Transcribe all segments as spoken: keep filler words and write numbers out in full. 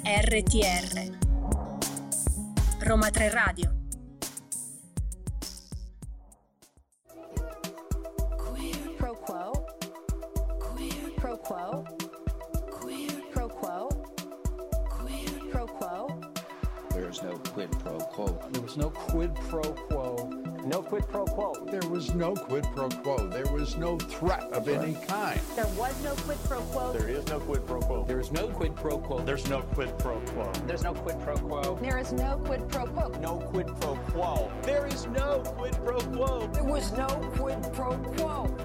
R T R Roma tre Radio. Pro quo. Pro quo. Pro quo. Pro quo. There is no quid pro quo. There was no quid pro quo. No quid pro quo. There was no quid pro quo. There was no threat of any kind. There was no quid pro quo. There is no quid pro quo. There is no quid pro quo. There's no quid pro quo. There's no quid pro quo. There is no quid pro quo. No quid pro quo. There is no quid pro quo. There was no quid pro quo.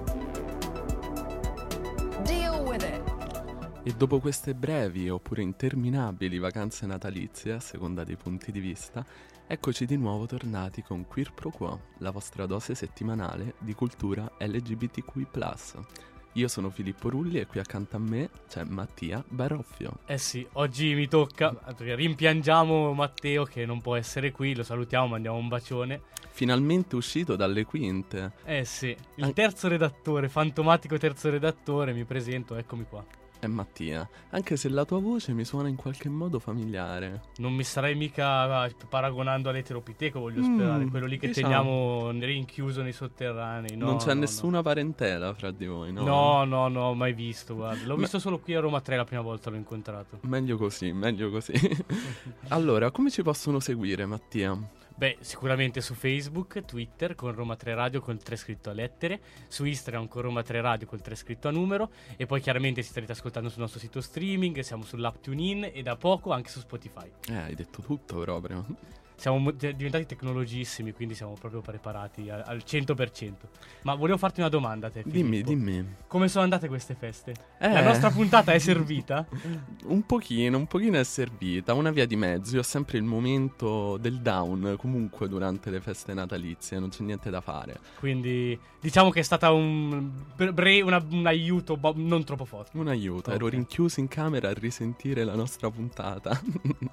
Deal with it. E dopo queste brevi oppure interminabili vacanze natalizie, a seconda dei punti di vista, eccoci di nuovo tornati con Queer Pro Quo, la vostra dose settimanale di cultura L G B T Q I plus. Io sono Filippo Rulli e qui accanto a me c'è Mattia Baroffio. Eh sì, oggi mi tocca, perché rimpiangiamo Matteo che non può essere qui, lo salutiamo, mandiamo un bacione. Finalmente uscito dalle quinte. Eh sì, il terzo redattore, fantomatico terzo redattore, mi presento, eccomi qua. È Mattia, anche se la tua voce mi suona in qualche modo familiare. Non mi starei mica paragonando all'eteropiteco, voglio Mm, sperare, quello lì che diciamo. teniamo rinchiuso nei sotterranei. No, non c'è no, nessuna no. parentela fra di voi, no? No, no, no, mai visto, guarda. L'ho Ma- visto solo qui a Roma tre la prima volta, l'ho incontrato. Meglio così, meglio così. Allora, come ci possono seguire, Mattia? Beh, sicuramente su Facebook, Twitter con Roma tre Radio col tre scritto a lettere, su Instagram con Roma tre Radio col tre scritto a numero, e poi chiaramente ci starete ascoltando sul nostro sito streaming, siamo sull'app TuneIn e da poco anche su Spotify. Eh, hai detto tutto proprio. Siamo mo- de- diventati tecnologissimi, quindi siamo proprio preparati a- al cento per cento. Ma volevo farti una domanda a te, Dimmi, Filippo. dimmi. Come sono andate queste feste? Eh. La nostra puntata è servita? Un pochino, un pochino è servita, una via di mezzo. Io ho sempre il momento del down, comunque durante le feste natalizie, non c'è niente da fare. Quindi diciamo che è stata un, bre- una- un aiuto bo- non troppo forte. Un aiuto, ero Ok. rinchiuso in camera a risentire la nostra puntata.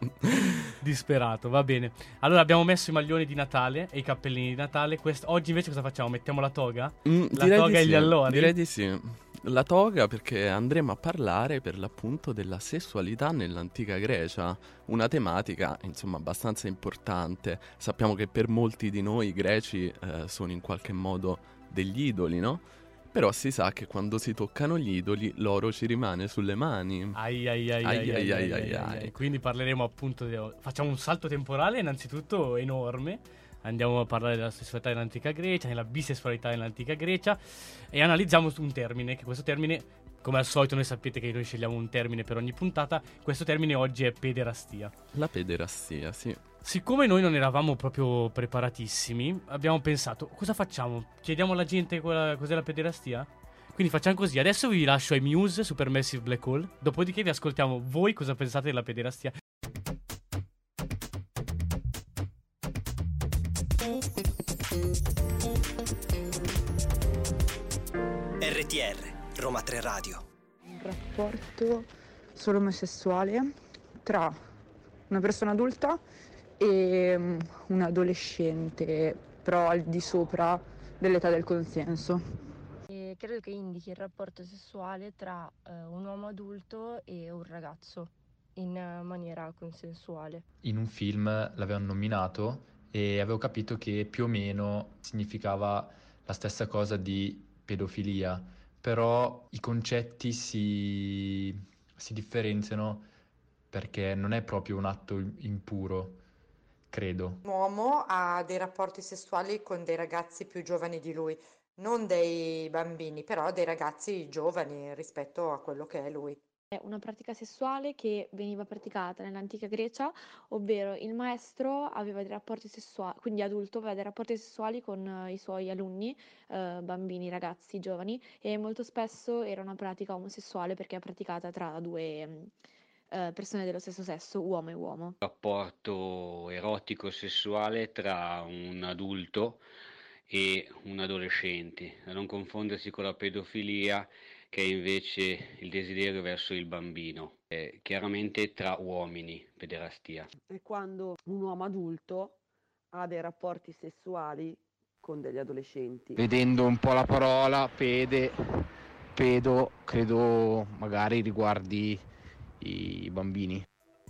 Disperato, va bene. Allora abbiamo messo i maglioni di Natale e i cappellini di Natale. Quest- oggi invece cosa facciamo? Mettiamo la toga? Mm, La direi toga di e sì, gli allori? Direi di sì. La toga perché andremo a parlare per l'appunto della sessualità nell'antica Grecia, una tematica insomma abbastanza importante. Sappiamo che per molti di noi i greci eh, sono in qualche modo degli idoli, no? Però si sa che quando si toccano gli idoli l'oro ci rimane sulle mani. Ai ai ai ai Ai, ai ai, ai ai, ai ai, ai. ai. Quindi parleremo appunto di... Facciamo un salto temporale innanzitutto enorme. Andiamo a parlare della sessualità nell'antica Grecia, della bisessualità nell'antica Grecia, e analizziamo un termine, che questo termine, come al solito noi sapete che noi scegliamo un termine per ogni puntata, questo termine oggi è pederastia. La pederastia, sì. Siccome noi non eravamo proprio preparatissimi, abbiamo pensato, cosa facciamo? Chiediamo alla gente quella- cos'è la pederastia? Quindi facciamo così, adesso vi lascio ai Muse, Supermassive Black Hole, dopodiché vi ascoltiamo voi cosa pensate della pederastia. R T R Roma tre Radio. Un rapporto solo omosessuale tra una persona adulta e mm, un adolescente, però al di sopra dell'età del consenso. E credo che indichi il rapporto sessuale tra eh, un uomo adulto e un ragazzo in eh, maniera consensuale. In un film l'avevano nominato e avevo capito che più o meno significava la stessa cosa di pedofilia, però i concetti si, si differenziano perché non è proprio un atto impuro, credo. Un uomo ha dei rapporti sessuali con dei ragazzi più giovani di lui, non dei bambini, però dei ragazzi giovani rispetto a quello che è lui. È una pratica sessuale che veniva praticata nell'antica Grecia, ovvero il maestro aveva dei rapporti sessuali, quindi adulto aveva dei rapporti sessuali con eh, i suoi alunni, eh, bambini, ragazzi, giovani, e molto spesso era una pratica omosessuale perché è praticata tra due mm, eh, persone dello stesso sesso, uomo e uomo. Rapporto erotico sessuale tra un adulto e un adolescente, da non confondersi con la pedofilia, che è invece il desiderio verso il bambino. È chiaramente tra uomini, pederastia. È quando un uomo adulto ha dei rapporti sessuali con degli adolescenti. Vedendo un po' la parola pede, pedo, credo magari riguardi i bambini.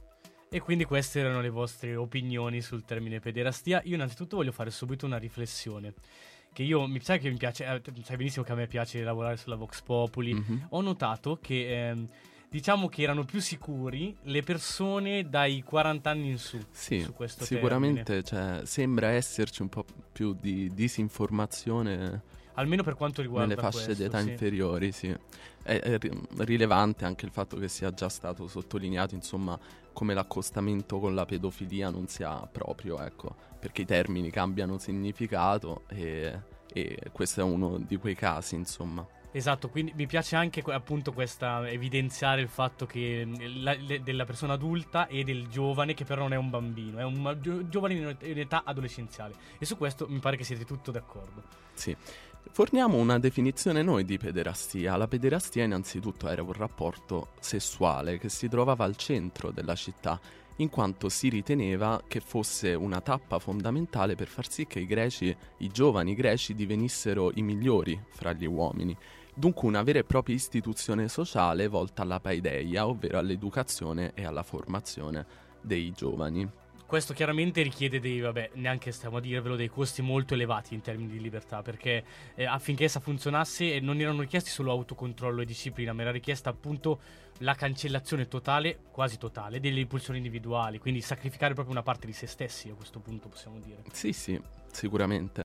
E quindi queste erano le vostre opinioni sul termine pederastia. Io innanzitutto voglio fare subito una riflessione. Che io, mi sai che mi piace, eh, sai benissimo che a me piace lavorare sulla Vox Populi. Mm-hmm. Ho notato che, eh, diciamo che erano più sicuri le persone dai quaranta anni in su, sì, su questo sicuramente, cioè, sembra esserci un po' più di disinformazione. Almeno per quanto riguarda nelle fasce questo, d'età sì. inferiori, sì. È, è rilevante anche il fatto che sia già stato sottolineato, insomma, come l'accostamento con la pedofilia non sia proprio, ecco, perché i termini cambiano significato e, e questo è uno di quei casi, insomma. Esatto, quindi mi piace anche appunto questa evidenziare il fatto che la, le, della persona adulta e del giovane che però non è un bambino, è un gio- giovane in, in età adolescenziale, e su questo mi pare che siete tutto d'accordo. Sì. Forniamo una definizione noi di pederastia. La pederastia innanzitutto era un rapporto sessuale che si trovava al centro della città, in quanto si riteneva che fosse una tappa fondamentale per far sì che i greci, i giovani greci, divenissero i migliori fra gli uomini. Dunque una vera e propria istituzione sociale volta alla paideia, ovvero all'educazione e alla formazione dei giovani. Questo chiaramente richiede dei, vabbè, neanche stiamo a dirvelo, dei costi molto elevati in termini di libertà, perché eh, affinché essa funzionasse non erano richiesti solo autocontrollo e disciplina, ma era richiesta appunto la cancellazione totale, quasi totale, delle impulsioni individuali, quindi sacrificare proprio una parte di se stessi, a questo punto possiamo dire. Sì, sì, sicuramente.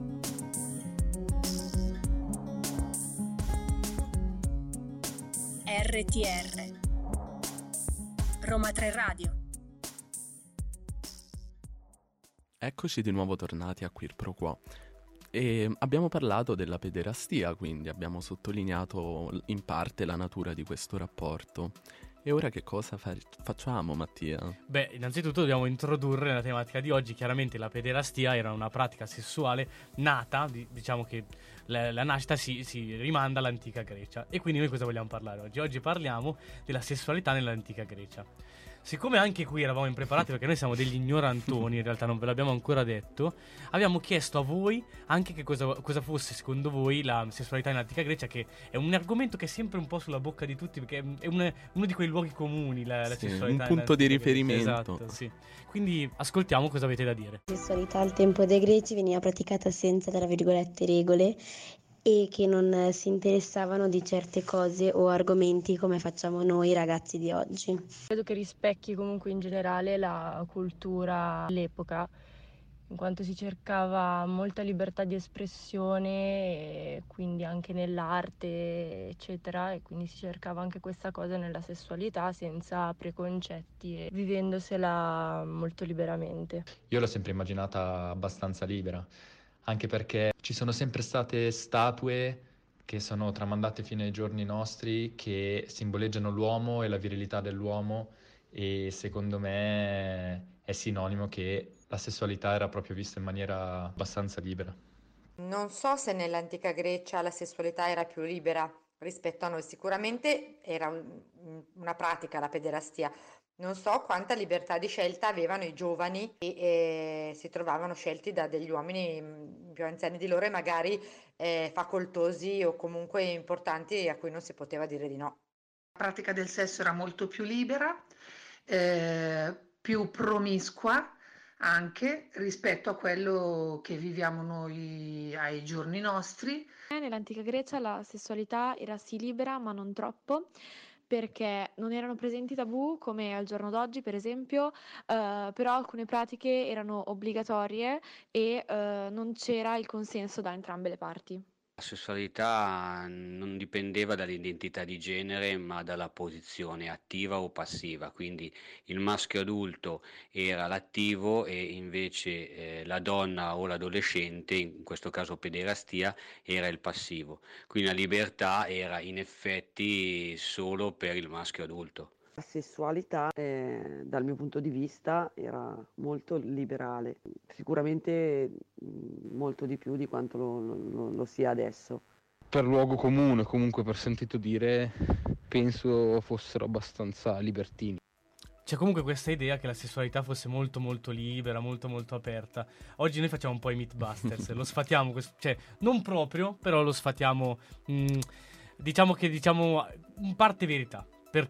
R T R Roma tre Radio. Eccoci di nuovo tornati a Quid Pro Quo e abbiamo parlato della pederastia, quindi abbiamo sottolineato in parte la natura di questo rapporto. E ora che cosa fa- facciamo, Mattia? Beh, innanzitutto dobbiamo introdurre la tematica di oggi. Chiaramente la pederastia era una pratica sessuale nata, di- diciamo che la, la nascita si, si rimanda all'antica Grecia. E quindi noi cosa vogliamo parlare oggi? Oggi parliamo della sessualità nell'antica Grecia. Siccome anche qui eravamo impreparati, perché noi siamo degli ignorantoni, in realtà non ve l'abbiamo ancora detto, abbiamo chiesto a voi anche che cosa, cosa fosse secondo voi la sessualità nell'antica Grecia, che è un argomento che è sempre un po' sulla bocca di tutti, perché è un, uno di quei luoghi comuni, la, la sì, sessualità. Un punto di riferimento. Esatto, sì. Quindi ascoltiamo cosa avete da dire. La sessualità al tempo dei Greci veniva praticata senza, tra virgolette, regole, e che non si interessavano di certe cose o argomenti come facciamo noi ragazzi di oggi. Credo che rispecchi comunque in generale la cultura dell'epoca, in quanto si cercava molta libertà di espressione, e quindi anche nell'arte, eccetera, e quindi si cercava anche questa cosa nella sessualità senza preconcetti e vivendosela molto liberamente. Io l'ho sempre immaginata abbastanza libera, anche perché ci sono sempre state statue che sono tramandate fino ai giorni nostri, che simboleggiano l'uomo e la virilità dell'uomo, e secondo me è sinonimo che la sessualità era proprio vista in maniera abbastanza libera. Non so se nell'antica Grecia la sessualità era più libera rispetto a noi, sicuramente era un- una pratica la pederastia. Non so quanta libertà di scelta avevano i giovani e, e si trovavano scelti da degli uomini mh, più anziani di loro e magari eh, facoltosi o comunque importanti a cui non si poteva dire di no. La pratica del sesso era molto più libera, eh, più promiscua anche rispetto a quello che viviamo noi ai giorni nostri. Nell'antica Grecia la sessualità era sì libera, ma non troppo, perché non erano presenti tabù come al giorno d'oggi, per esempio, eh, però alcune pratiche erano obbligatorie e eh, non c'era il consenso da entrambe le parti. La sessualità non dipendeva dall'identità di genere, ma dalla posizione attiva o passiva, quindi il maschio adulto era l'attivo e invece eh, la donna o l'adolescente, in questo caso pederastia, era il passivo. Quindi la libertà era in effetti solo per il maschio adulto. La sessualità, eh, dal mio punto di vista, era molto liberale, sicuramente mh, molto di più di quanto lo, lo- lo sia adesso. Per luogo comune, comunque per sentito dire, penso fossero abbastanza libertini. C'è comunque questa idea che la sessualità fosse molto molto libera, molto molto aperta. Oggi noi facciamo un po' i Mythbusters, lo sfatiamo, quest- cioè non proprio, però lo sfatiamo, mh, diciamo che diciamo in parte verità. Perché?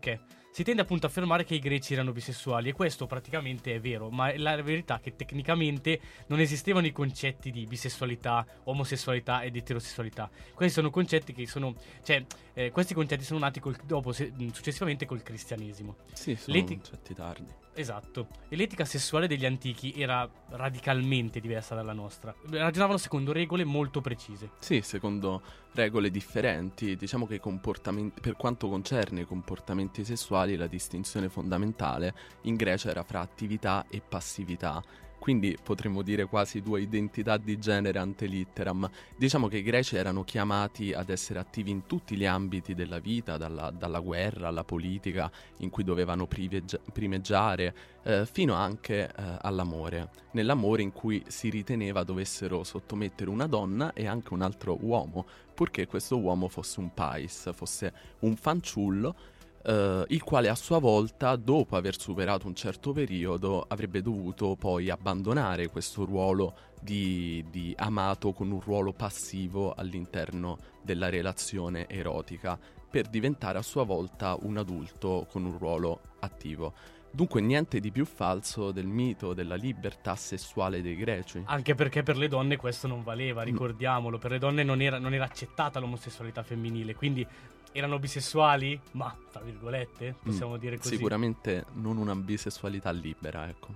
si tende appunto a affermare che i greci erano bisessuali, e questo praticamente è vero, ma la verità è che tecnicamente non esistevano i concetti di bisessualità, omosessualità ed eterosessualità. Questi sono concetti che sono, cioè, eh, questi concetti sono nati col, dopo, se, successivamente col cristianesimo. Sì, sono L'eti- concetti tardi. Esatto. E l'etica sessuale degli antichi era radicalmente diversa dalla nostra. Ragionavano secondo regole molto precise. Sì, secondo regole differenti. Diciamo che i comportamenti, per quanto concerne i comportamenti sessuali, la distinzione fondamentale in Grecia era fra attività e passività. Quindi potremmo dire quasi due identità di genere ante litteram. Diciamo che i greci erano chiamati ad essere attivi in tutti gli ambiti della vita, dalla, dalla guerra alla politica, in cui dovevano priveggia- primeggiare, eh, fino anche eh, all'amore. Nell'amore in cui si riteneva dovessero sottomettere una donna e anche un altro uomo, purché questo uomo fosse un pais, fosse un fanciullo, Uh, il quale a sua volta, dopo aver superato un certo periodo, avrebbe dovuto poi abbandonare questo ruolo di, di amato con un ruolo passivo all'interno della relazione erotica, per diventare a sua volta un adulto con un ruolo attivo. Dunque niente di più falso del mito della libertà sessuale dei greci. Anche perché per le donne questo non valeva, ricordiamolo. Per le donne non era, non era accettata l'omosessualità femminile, quindi erano bisessuali, ma tra virgolette possiamo mm, dire così. Sicuramente non una bisessualità libera, ecco.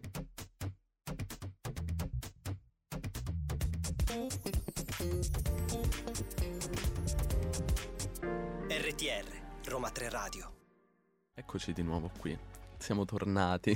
R T R, Roma tre Radio. Eccoci di nuovo qui. Siamo tornati.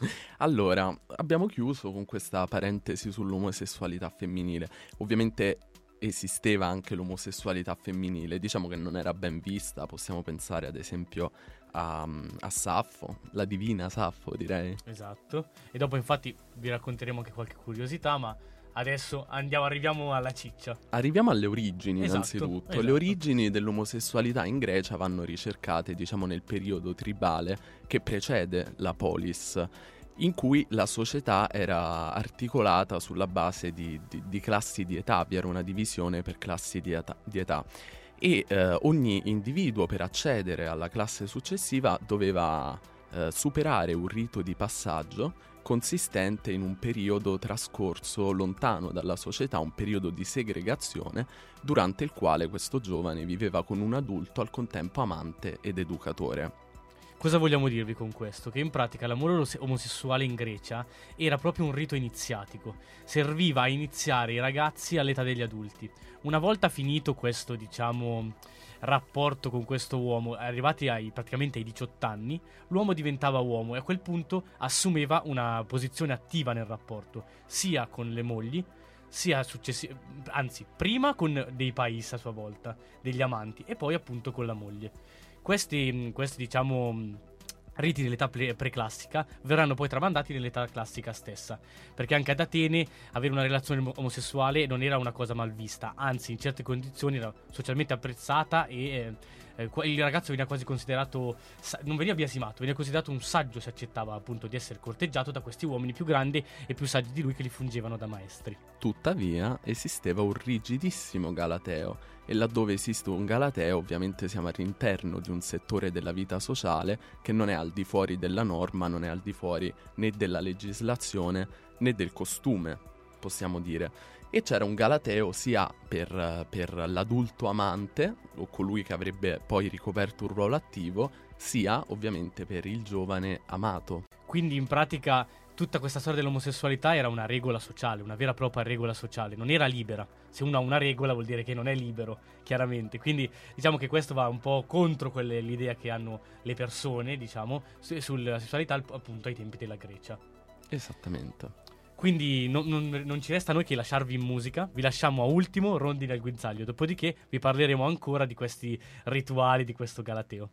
Allora, abbiamo chiuso con questa parentesi sull'omosessualità femminile. Ovviamente esisteva anche l'omosessualità femminile, diciamo che non era ben vista. Possiamo pensare ad esempio a, a Saffo, la divina Saffo, direi. Esatto. E dopo infatti vi racconteremo anche qualche curiosità, ma adesso andiamo, arriviamo alla ciccia. Arriviamo alle origini, esatto, innanzitutto. esatto. Le origini dell'omosessualità in Grecia vanno ricercate, diciamo, nel periodo tribale che precede la polis, in cui la società era articolata sulla base di, di, di classi di età. Vi era una divisione per classi di età, di età. e eh, ogni individuo, per accedere alla classe successiva, doveva eh, superare un rito di passaggio consistente in un periodo trascorso lontano dalla società, un periodo di segregazione, durante il quale questo giovane viveva con un adulto al contempo amante ed educatore. Cosa vogliamo dirvi con questo? Che in pratica l'amore omosessuale in Grecia era proprio un rito iniziatico, serviva a iniziare i ragazzi all'età degli adulti. Una volta finito questo, diciamo, rapporto con questo uomo, arrivati ai, praticamente ai diciotto anni, l'uomo diventava uomo e a quel punto assumeva una posizione attiva nel rapporto, sia con le mogli, sia successi- anzi, prima con dei pais a sua volta, degli amanti, e poi appunto con la moglie. Questi, questi diciamo, riti dell'età pre- preclassica verranno poi tramandati nell'età classica stessa, perché anche ad Atene avere una relazione omosessuale non era una cosa mal vista, anzi in certe condizioni era socialmente apprezzata e eh, eh, il ragazzo veniva quasi considerato, non veniva biasimato, veniva considerato un saggio se accettava appunto di essere corteggiato da questi uomini più grandi e più saggi di lui che li fungevano da maestri. Tuttavia esisteva un rigidissimo galateo, e laddove esiste un galateo ovviamente siamo all'interno di un settore della vita sociale che non è al di fuori della norma, non è al di fuori né della legislazione né del costume, possiamo dire. E c'era un galateo sia per, per l'adulto amante, o colui che avrebbe poi ricoperto un ruolo attivo, sia ovviamente per il giovane amato. Quindi in pratica tutta questa storia dell'omosessualità era una regola sociale, una vera e propria regola sociale, non era libera. Se uno ha una regola vuol dire che non è libero, chiaramente. Quindi diciamo che questo va un po' contro quelle, l'idea che hanno le persone, diciamo, su, sulla sessualità appunto ai tempi della Grecia. Esattamente. Quindi non, non, non ci resta a noi che lasciarvi in musica. Vi lasciamo a ultimo Rondine al guinzaglio, dopodiché vi parleremo ancora di questi rituali, di questo galateo.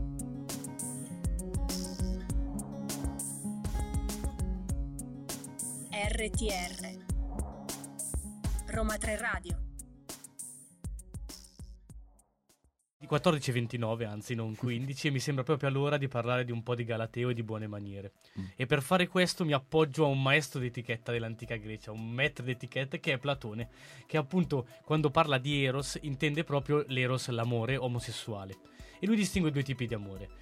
R T R Roma tre Radio. Di quattordici e ventinove, anzi non quindici, e mi sembra proprio l'ora di parlare di un po' di galateo e di buone maniere. Mm. E per fare questo mi appoggio a un maestro d'etichetta dell'antica Grecia, un maître d'etichette che è Platone, che appunto quando parla di eros intende proprio l'eros, l'amore omosessuale. E lui distingue due tipi di amore.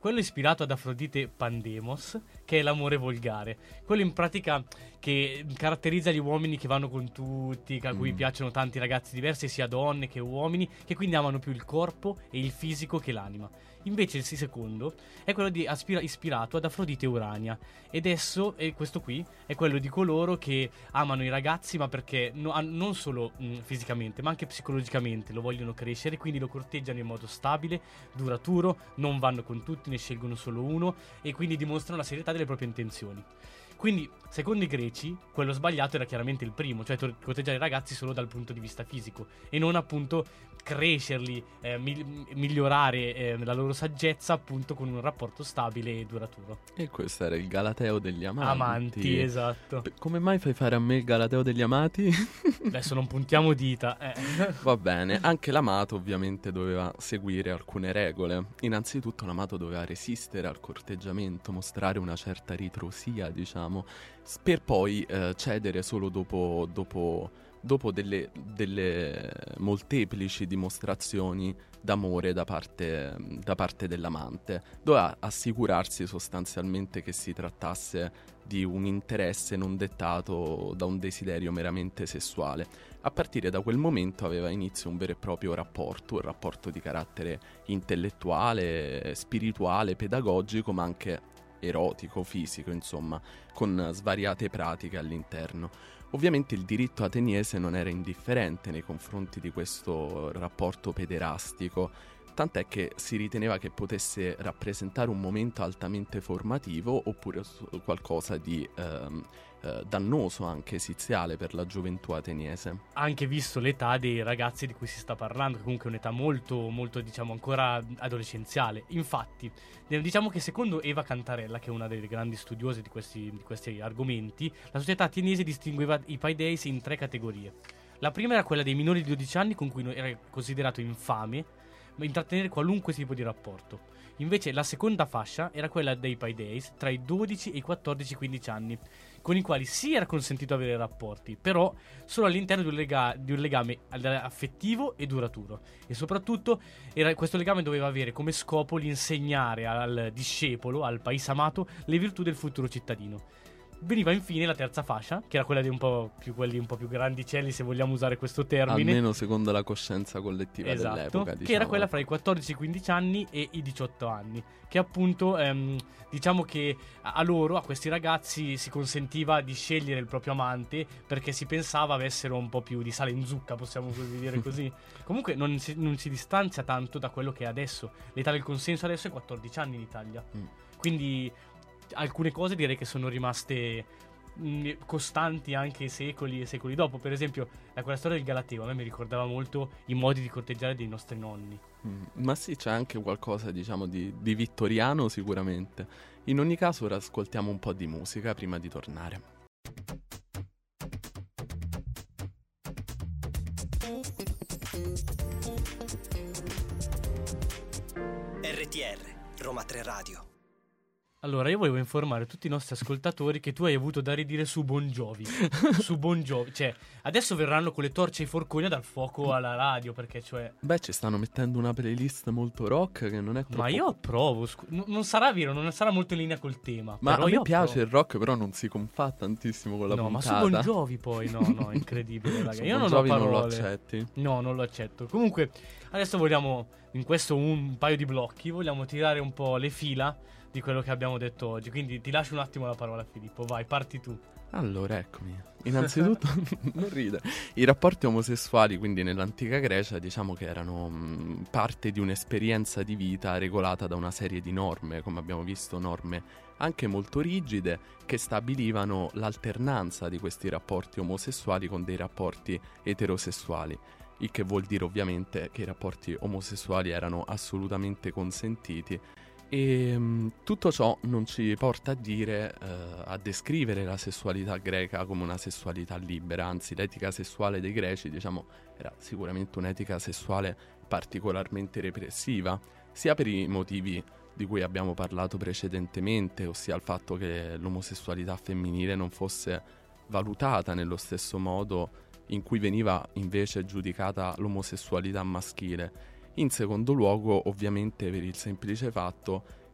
quello ispirato ad Afrodite Pandemos, che è l'amore volgare. Quello in pratica che caratterizza gli uomini che vanno con tutti, a cui Mm. piacciono tanti ragazzi diversi, sia donne che uomini, che quindi amano più il corpo e il fisico che l'anima. Invece il secondo è quello di aspira- ispirato ad Afrodite Urania. Ed esso, e questo qui, è quello di coloro che amano i ragazzi, ma perché no- an- non solo mh, fisicamente, ma anche psicologicamente lo vogliono crescere, quindi lo corteggiano in modo stabile, duraturo, non vanno con tutti, ne scelgono solo uno e quindi dimostrano la serietà delle proprie intenzioni. Quindi, secondo i greci, quello sbagliato era chiaramente il primo, cioè tor- corteggiare i ragazzi solo dal punto di vista fisico e non appunto crescerli, eh, mi- migliorare eh, la loro saggezza appunto con un rapporto stabile e duraturo. E questo era il Galateo degli amanti. Amanti, esatto. P- Come mai fai fare a me il Galateo degli amati? Adesso non puntiamo dita. Eh. Va bene, anche l'amato ovviamente doveva seguire alcune regole. Innanzitutto l'amato doveva resistere al corteggiamento, mostrare una certa ritrosia, diciamo, s- per poi eh, cedere solo dopo, dopo, dopo delle, delle molteplici dimostrazioni d'amore da parte, da parte dell'amante. Doveva assicurarsi sostanzialmente che si trattasse di un interesse non dettato da un desiderio meramente sessuale. A partire da quel momento aveva inizio un vero e proprio rapporto, un rapporto di carattere intellettuale, spirituale, pedagogico, ma anche erotico, fisico, insomma, con svariate pratiche all'interno. Ovviamente il diritto ateniese non era indifferente nei confronti di questo rapporto pederastico, tant'è che si riteneva che potesse rappresentare un momento altamente formativo oppure s- qualcosa di ehm, eh, dannoso, anche esiziale per la gioventù ateniese. Anche visto l'età dei ragazzi di cui si sta parlando, che comunque è un'età molto, molto, diciamo, ancora adolescenziale. Infatti, eh, diciamo che secondo Eva Cantarella, che è una delle grandi studiose di questi, di questi argomenti, la società ateniese distingueva i paideis in tre categorie. La prima era quella dei minori di dodici anni, con cui no- era considerato infame intrattenere qualunque tipo di rapporto. Invece la seconda fascia era quella dei paideis tra i dodici e i quattordici quindici anni, con i quali sì era consentito avere rapporti, però solo all'interno di un, lega- di un legame affettivo e duraturo. E soprattutto era, questo legame doveva avere come scopo l'insegnare al discepolo, al pais amato, le virtù del futuro cittadino. Veniva infine la terza fascia, che era quella di un po' più quelli un po' più grandicelli, se vogliamo usare questo termine. Almeno secondo la coscienza collettiva Esatto, dell'epoca, diciamo. che era quella fra i quattordici e i quindici anni e i diciotto anni, che appunto ehm, diciamo che a a loro, a questi ragazzi, si consentiva di scegliere il proprio amante perché si pensava avessero un po' più di sale in zucca, possiamo così dire così. Comunque non si, non si distanzia tanto da quello che è adesso. L'età del consenso adesso è quattordici anni in Italia, Mm. quindi alcune cose direi che sono rimaste mh, costanti anche secoli e secoli dopo. Per esempio, la, quella storia del Galateo a me mi ricordava molto i modi di corteggiare dei nostri nonni. Mm, Ma sì, c'è anche qualcosa, diciamo, di, di vittoriano sicuramente. In ogni caso ora ascoltiamo un po' di musica prima di tornare. R T R, Roma tre Radio. Allora, io volevo informare tutti i nostri ascoltatori che tu hai avuto da ridire su Bon Jovi. Su Bon Jovi. Cioè, adesso verranno con le torce e i forconi a dar fuoco alla radio, perché cioè... Beh, ci stanno mettendo una playlist molto rock che non è troppo... Ma io approvo, scu- n- non sarà vero, non sarà molto in linea col tema. Ma però a me io piace approvo. il rock, però non si confà tantissimo con la No, puntata. ma su Bon Jovi poi, no, no, incredibile, raga. Su Io Bon non Jovi ho non parole. lo accetti? No, non lo accetto. Comunque, adesso vogliamo, in questo un paio di blocchi, vogliamo tirare un po' le fila di quello che abbiamo detto oggi. Quindi ti lascio un attimo la parola, Filippo. Vai, parti tu. Allora, eccomi. Innanzitutto, non ride. I rapporti omosessuali, quindi nell'antica Grecia, diciamo che erano mh, parte di un'esperienza di vita regolata da una serie di norme, come abbiamo visto, norme anche molto rigide, che stabilivano l'alternanza di questi rapporti omosessuali con dei rapporti eterosessuali. Il che vuol dire ovviamente che i rapporti omosessuali erano assolutamente consentiti. E mh, tutto ciò non ci porta a dire, eh, a descrivere la sessualità greca come una sessualità libera, anzi l'etica sessuale dei greci, diciamo, era sicuramente un'etica sessuale particolarmente repressiva, sia per i motivi di cui abbiamo parlato precedentemente, ossia il fatto che l'omosessualità femminile non fosse valutata nello stesso modo in cui veniva invece giudicata l'omosessualità maschile. In secondo luogo, ovviamente, per il semplice fatto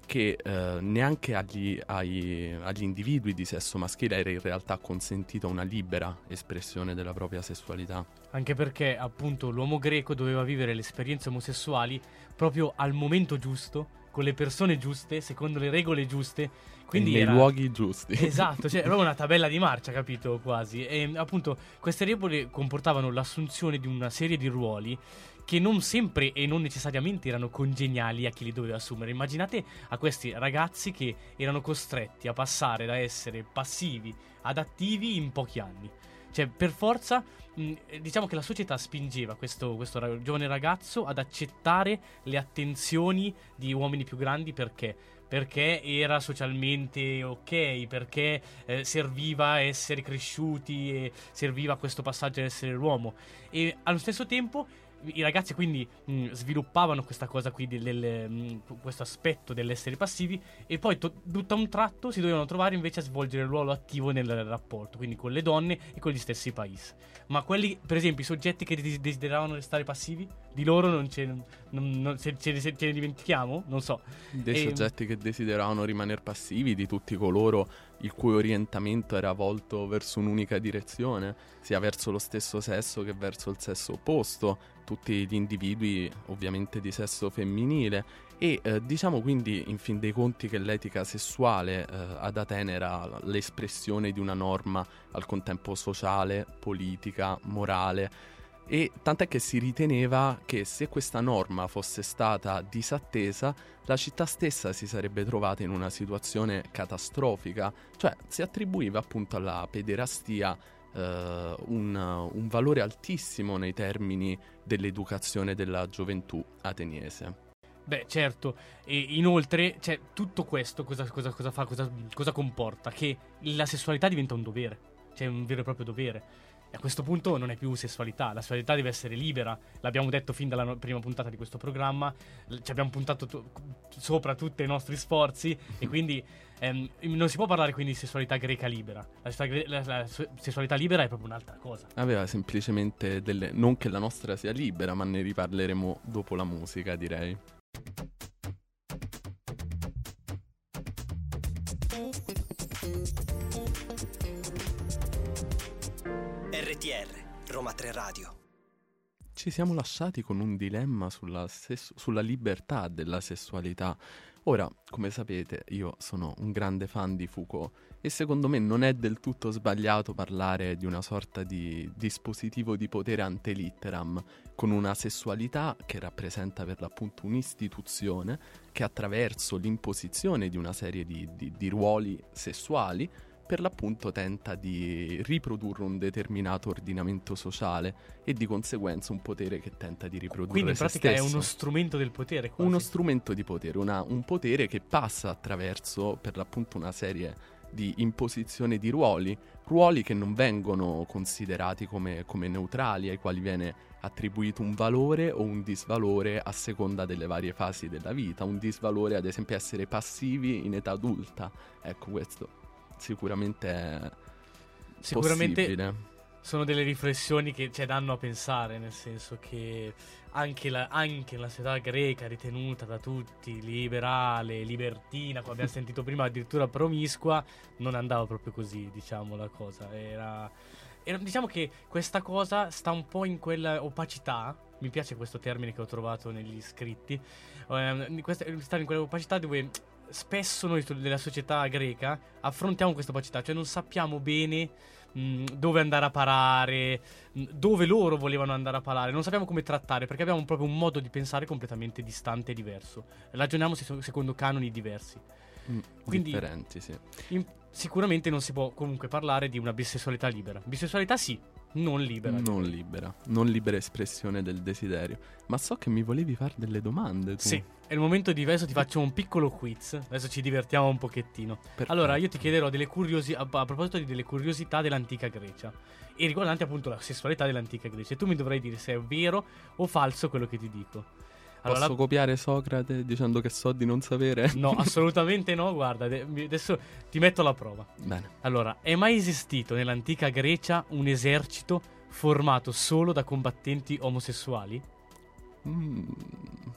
che eh, neanche agli, ai, agli individui di sesso maschile era in realtà consentita una libera espressione della propria sessualità. Anche perché appunto l'uomo greco doveva vivere le esperienze omosessuali proprio al momento giusto, con le persone giuste, secondo le regole giuste, quindi nei era... luoghi giusti. Esatto, cioè era una tabella di marcia, capito, quasi. E appunto queste regole comportavano l'assunzione di una serie di ruoli che non sempre e non necessariamente erano congeniali a chi li doveva assumere. Immaginate a questi ragazzi che erano costretti a passare da essere passivi ad attivi in pochi anni. Cioè, per forza, mh, diciamo che la società spingeva questo, questo ra- giovane ragazzo ad accettare le attenzioni di uomini più grandi. Perché? Perché era socialmente ok, perché eh, serviva a essere cresciuti e serviva a questo passaggio ad essere l'uomo. E allo stesso tempo i ragazzi quindi mh, sviluppavano questa cosa qui del, del, mh, questo aspetto dell'essere passivi, e poi to- tutto a un tratto si dovevano trovare invece a svolgere il ruolo attivo nel rapporto, quindi con le donne e con gli stessi paesi. Ma quelli, per esempio, i soggetti che des- desideravano restare passivi, di loro non ce non, non, se, ce, se, ce ne dimentichiamo? Non so. Dei e... soggetti che desideravano rimanere passivi, di tutti coloro il cui orientamento era volto verso un'unica direzione, sia verso lo stesso sesso che verso il sesso opposto, tutti gli individui ovviamente di sesso femminile. E eh, diciamo quindi in fin dei conti che l'etica sessuale eh, ad Atene era l'espressione di una norma al contempo sociale, politica, morale, e tant'è che si riteneva che se questa norma fosse stata disattesa, la città stessa si sarebbe trovata in una situazione catastrofica. Cioè si attribuiva appunto alla pederastia Uh, un, un valore altissimo nei termini dell'educazione della gioventù ateniese. Beh, certo, e inoltre, cioè, tutto questo cosa, cosa, cosa fa, cosa, cosa comporta? Che la sessualità diventa un dovere, cioè un vero e proprio dovere. E a questo punto non è più sessualità, la sessualità deve essere libera, l'abbiamo detto fin dalla no- prima puntata di questo programma, l- ci abbiamo puntato tu- sopra tutti i nostri sforzi, e quindi ehm, non si può parlare quindi di sessualità greca libera. La, sessualità, la, la sessualità libera è proprio un'altra cosa. Aveva semplicemente delle... non che la nostra sia libera, ma ne riparleremo dopo la musica, direi. R T R, Roma tre Radio. Ci siamo lasciati con un dilemma sulla, ses- sulla libertà della sessualità. Ora, come sapete, io sono un grande fan di Foucault e secondo me non è del tutto sbagliato parlare di una sorta di dispositivo di potere ante litteram, con una sessualità che rappresenta per l'appunto un'istituzione che attraverso l'imposizione di una serie di, di, di ruoli sessuali per l'appunto tenta di riprodurre un determinato ordinamento sociale e di conseguenza un potere che tenta di riprodurre Quindi in se pratica stesso. è uno strumento del potere quasi. Uno strumento di potere, una, un potere che passa attraverso per l'appunto una serie di imposizioni di ruoli, ruoli che non vengono considerati come, come neutrali, ai quali viene attribuito un valore o un disvalore a seconda delle varie fasi della vita. Un disvalore ad esempio essere passivi in età adulta, ecco questo sicuramente è sicuramente possibile. Sono delle riflessioni che ci danno a pensare, nel senso che anche la, anche la società greca ritenuta da tutti liberale, libertina, come abbiamo sentito prima, addirittura promiscua, non andava proprio così, diciamo, la cosa era, era diciamo che questa cosa sta un po' in quella opacità. Mi piace questo termine che ho trovato negli scritti, eh, questa, sta in quella opacità dove spesso noi della società greca affrontiamo questa opacità, cioè non sappiamo bene mh, dove andare a parare, mh, dove loro volevano andare a parare, non sappiamo come trattare, perché abbiamo proprio un modo di pensare completamente distante e diverso, ragioniamo se- secondo canoni diversi. Mm, Quindi, differenti, sì. in, sicuramente non si può comunque parlare di una bisessualità libera. Bisessualità sì, non libera. Non libera, non libera espressione del desiderio. Ma so che mi volevi fare delle domande tu. Sì, è il momento di adesso ti faccio un piccolo quiz. Adesso ci divertiamo un pochettino. Perfetto. Allora, io ti chiederò delle curiosità, a, a proposito di delle curiosità dell'antica Grecia e riguardanti appunto la sessualità dell'antica Grecia. E tu mi dovrai dire se è vero o falso quello che ti dico. Allora, Posso la... copiare Socrate dicendo che so di non sapere? No, assolutamente no, guarda, adesso ti metto alla prova. Bene. Allora, è mai esistito nell'antica Grecia un esercito formato solo da combattenti omosessuali? Mm,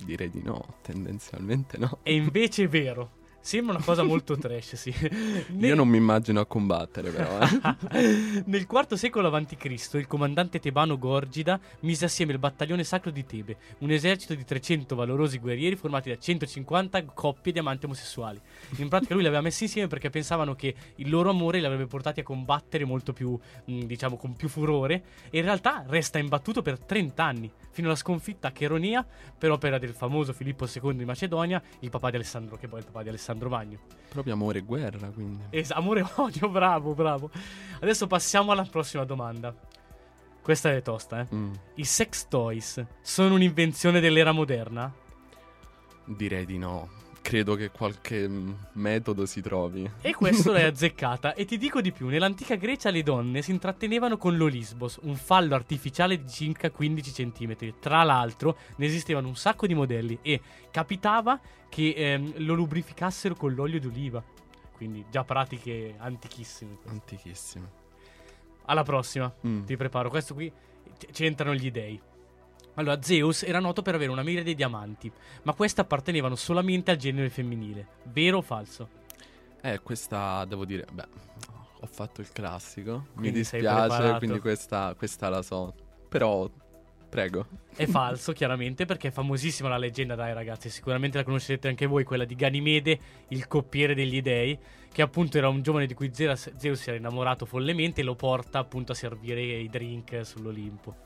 direi di no, tendenzialmente no. E invece è vero. Sembra una cosa molto trash, sì. Nel... Io non mi immagino a combattere, però. Eh. Nel quarto secolo avanti Cristo il comandante tebano Gorgida mise assieme il battaglione sacro di Tebe, un esercito di trecento valorosi guerrieri formati da centocinquanta coppie di amanti omosessuali. In pratica lui li aveva messi insieme perché pensavano che il loro amore li avrebbe portati a combattere molto più, mh, diciamo, con più furore, e in realtà resta imbattuto per trenta anni, fino alla sconfitta a Cheronia per opera del famoso Filippo secondo di Macedonia, il papà di Alessandro, che poi è il papà di Alessandro Magno. Proprio amore e guerra, quindi. Es- amore e odio, bravo, bravo. Adesso passiamo alla prossima domanda. Questa è tosta, eh. Mm. I sex toys sono un'invenzione dell'era moderna? Direi di no. Credo che qualche mm, metodo si trovi. E questo l'hai azzeccata. E ti dico di più, nell'antica Grecia le donne si intrattenevano con l'olisbos, un fallo artificiale di circa quindici centimetri. Tra l'altro ne esistevano un sacco di modelli e capitava che ehm, lo lubrificassero con l'olio d'oliva. Quindi già pratiche antichissime. Antichissime. Alla prossima, mm. ti preparo. Questo qui c- c'entrano gli dei. Allora, Zeus era noto per avere una miriade di amanti, ma queste appartenevano solamente al genere femminile. Vero o falso? Eh, questa devo dire, beh, ho fatto il classico. Quindi mi dispiace, quindi questa, questa la so. Però, prego. È falso, chiaramente, perché è famosissima la leggenda, dai ragazzi, sicuramente la conoscete anche voi, quella di Ganimede, il coppiere degli dei, che appunto era un giovane di cui Zeus si era innamorato follemente e lo porta appunto a servire i drink sull'Olimpo.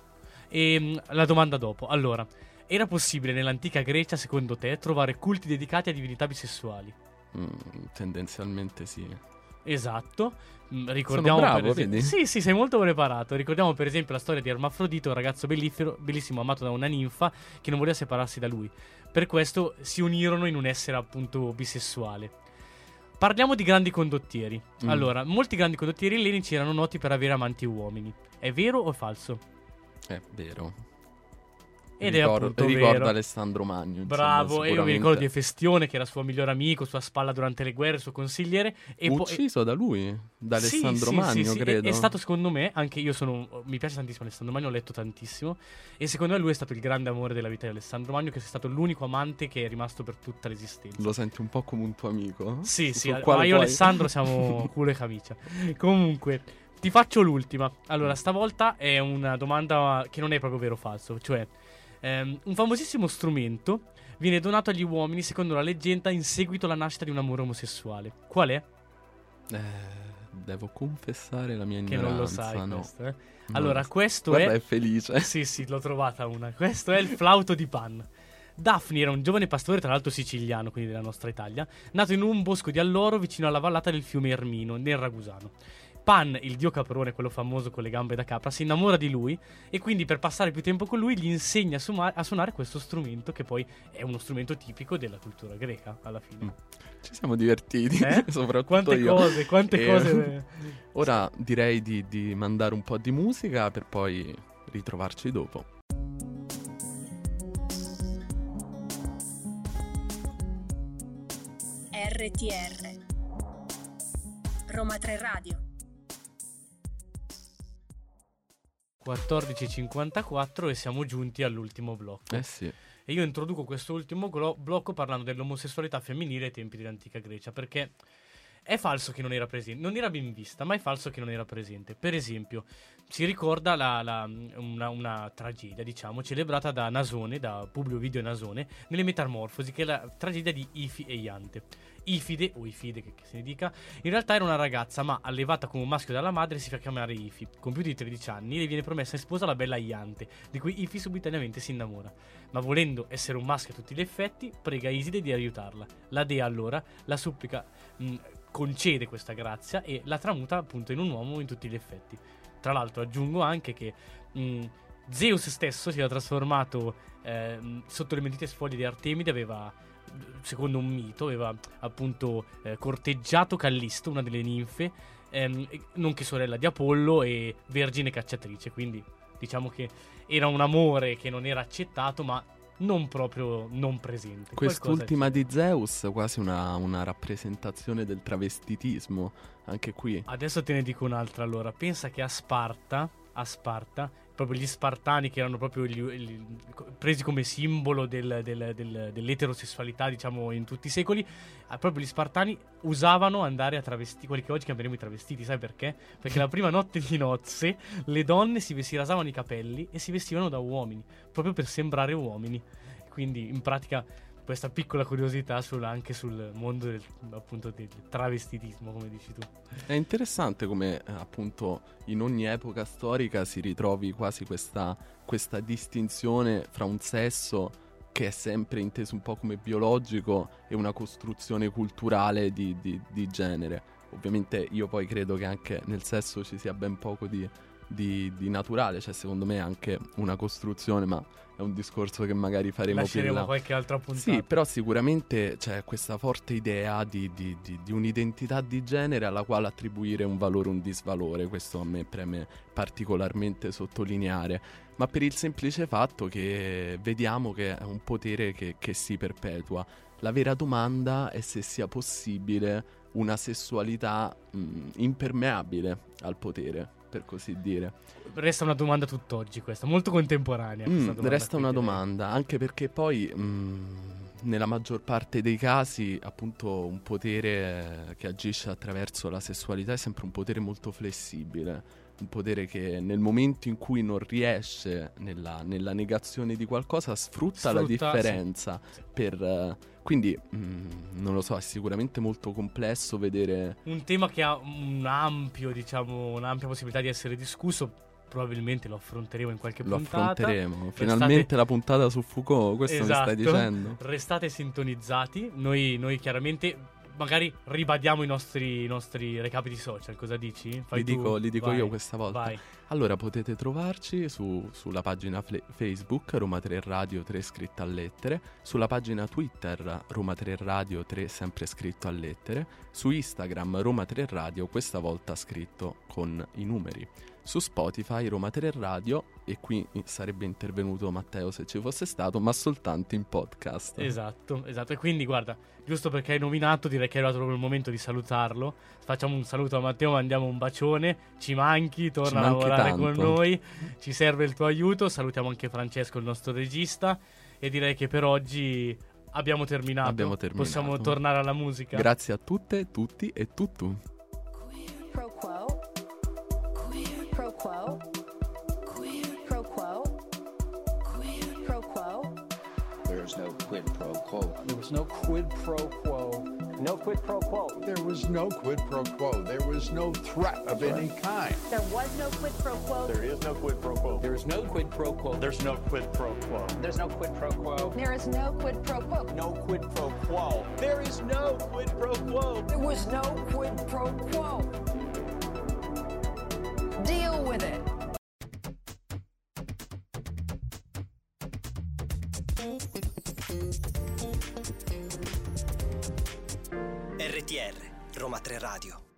E la domanda dopo, allora, era possibile nell'antica Grecia, secondo te, trovare culti dedicati a divinità bisessuali? Mm, tendenzialmente sì. Esatto. Mm, ricordiamo Sono bravo, per esempio... vedi? Sì, sì, sei molto preparato. Ricordiamo per esempio la storia di Ermafrodito, un ragazzo bellissimo, bellissimo amato da una ninfa che non voleva separarsi da lui. Per questo si unirono in un essere appunto bisessuale. Parliamo di grandi condottieri. Mm. Allora, molti grandi condottieri ellenici erano noti per avere amanti uomini. È vero o falso? È vero. Ed ricordo, è appunto ricordo vero. Alessandro Magno. Bravo, insomma, e io mi ricordo di Efestione, che era suo migliore amico, sua spalla durante le guerre, suo consigliere. E ucciso po- da lui, da Alessandro sì, Magno, sì, sì, credo. È, è stato secondo me, anche io sono, mi piace tantissimo Alessandro Magno, ho letto tantissimo. E secondo me lui è stato il grande amore della vita di Alessandro Magno, che è stato l'unico amante che è rimasto per tutta l'esistenza. Lo senti un po' come un tuo amico? Sì, sì, ma io poi... e Alessandro siamo culo e camicia. Comunque, ti faccio l'ultima. Allora, stavolta è una domanda che non è proprio vero o falso. Cioè, um, un famosissimo strumento viene donato agli uomini, secondo la leggenda, in seguito alla nascita di un amore omosessuale. Qual è? Eh, devo confessare la mia Che ignoranza. non lo sai no. questo, eh? No. Allora, questo Guarda, è... è felice. Sì, sì, l'ho trovata una. Questo è il flauto di Pan. Daphne era un giovane pastore, tra l'altro siciliano, quindi della nostra Italia, nato in un bosco di alloro vicino alla vallata del fiume Ermino, nel Ragusano. Pan, il dio caprone, quello famoso con le gambe da capra, si innamora di lui e quindi per passare più tempo con lui gli insegna a, suma- a suonare questo strumento, che poi è uno strumento tipico della cultura greca, alla fine. Mm. Ci siamo divertiti, eh? soprattutto quante io. cose, quante e... cose. Ora direi di, di mandare un po' di musica per poi ritrovarci dopo. R T R Roma tre Radio. quattordici e cinquantaquattro e siamo giunti all'ultimo blocco. Eh sì. E io introduco questo ultimo glo- blocco parlando dell'omosessualità femminile ai tempi dell'antica Grecia, perché è falso che non era presente, non era ben vista, ma è falso che non era presente. Per esempio, si ricorda la, la, una, una tragedia, diciamo, celebrata da Nasone, da Publio Ovidio Nasone, nelle Metamorfosi, che è la tragedia di Ifi e Iante. Ifide, o Ifide che, che se ne dica, in realtà era una ragazza, ma allevata come un maschio dalla madre si fa chiamare Ifi. Con più di tredici anni le viene promessa in sposa la bella Iante, di cui Ifi subitaneamente si innamora. Ma volendo essere un maschio a tutti gli effetti, prega Iside di aiutarla. La dea allora la supplica, mh, concede questa grazia e la tramuta appunto in un uomo in tutti gli effetti. Tra l'altro aggiungo anche che mh, Zeus stesso si era trasformato eh, sotto le mentite spoglie di Artemide, aveva, secondo un mito, aveva appunto eh, corteggiato Callisto, una delle ninfe, ehm, nonché sorella di Apollo e vergine cacciatrice, quindi diciamo che era un amore che non era accettato, ma non proprio non presente. Quest'ultima di Zeus, quasi una, una rappresentazione del travestitismo, anche qui. Adesso te ne dico un'altra allora. Pensa che a Sparta, a Sparta proprio gli Spartani, che erano proprio gli, gli, presi come simbolo del, del, del, dell'eterosessualità, diciamo, in tutti i secoli. Ah, proprio gli Spartani usavano andare a travestiti, quelli che oggi chiameremo i travestiti. Sai perché? Perché la prima notte di nozze le donne si, si rasavano i capelli e si vestivano da uomini, proprio per sembrare uomini. Quindi in pratica questa piccola curiosità sul, anche sul mondo del, appunto, del travestitismo, come dici tu. È interessante come eh, appunto in ogni epoca storica si ritrovi quasi questa, questa distinzione fra un sesso che è sempre inteso un po' come biologico e una costruzione culturale di, di, di genere. Ovviamente io poi credo che anche nel sesso ci sia ben poco di, di, di naturale, cioè secondo me è anche una costruzione, ma è un discorso che magari faremo più in là. qualche altra puntata. Sì, però sicuramente c'è questa forte idea di, di, di, di un'identità di genere alla quale attribuire un valore o un disvalore. Questo a me preme particolarmente sottolineare, ma per il semplice fatto che vediamo che è un potere che, che si perpetua. La vera domanda è se sia possibile una sessualità mh, impermeabile al potere, per così dire. Resta una domanda tutt'oggi questa, molto contemporanea. Mm, domanda resta una direi. domanda, anche perché poi mh, nella maggior parte dei casi appunto un potere che agisce attraverso la sessualità è sempre un potere molto flessibile, un potere che nel momento in cui non riesce nella, nella negazione di qualcosa sfrutta, sfrutta la differenza, sì. per... Uh, quindi mh, non lo so, è sicuramente molto complesso vedere un tema che ha un ampio, diciamo, un'ampia possibilità di essere discusso. Probabilmente lo affronteremo in qualche lo puntata. Lo affronteremo. Restate... Finalmente la puntata su Foucault, questo esatto. mi stai dicendo. Restate sintonizzati. Noi, noi chiaramente magari ribadiamo i nostri, i nostri recapiti social. Cosa dici? Fai li tu? dico, li dico Vai. io questa volta. Vai. Allora potete trovarci su, sulla pagina fle- Facebook Roma tre Radio tre scritto a lettere, sulla pagina Twitter Roma tre Radio tre sempre scritto a lettere, su Instagram Roma tre Radio questa volta scritto con i numeri, su Spotify Roma tre Radio, e qui sarebbe intervenuto Matteo se ci fosse stato, ma soltanto in podcast. Esatto, esatto. E quindi guarda, giusto perché hai nominato, direi che è arrivato proprio il momento di salutarlo. Facciamo un saluto a Matteo, mandiamo un bacione, ci manchi, torna ci a manchi lavorare tanto. con noi, ci serve il tuo aiuto. Salutiamo anche Francesco, il nostro regista, e direi che per oggi abbiamo terminato. Abbiamo terminato. Possiamo tornare alla musica. Grazie a tutte, tutti e tuttu. Pro quo. Pro quo. Pro quo. Pro quo. There's no quid pro quo. There was no quid pro quo. No quid pro quo. There was no quid pro quo. There was no threat of any kind. There was no quid pro quo. There is no quid pro quo. There is no quid pro quo. There's no quid pro quo. There's no quid pro quo. There is no quid pro quo. No quid pro quo. There is no quid pro quo. There was no quid pro quo. Deal with it. R T R Roma tre Radio.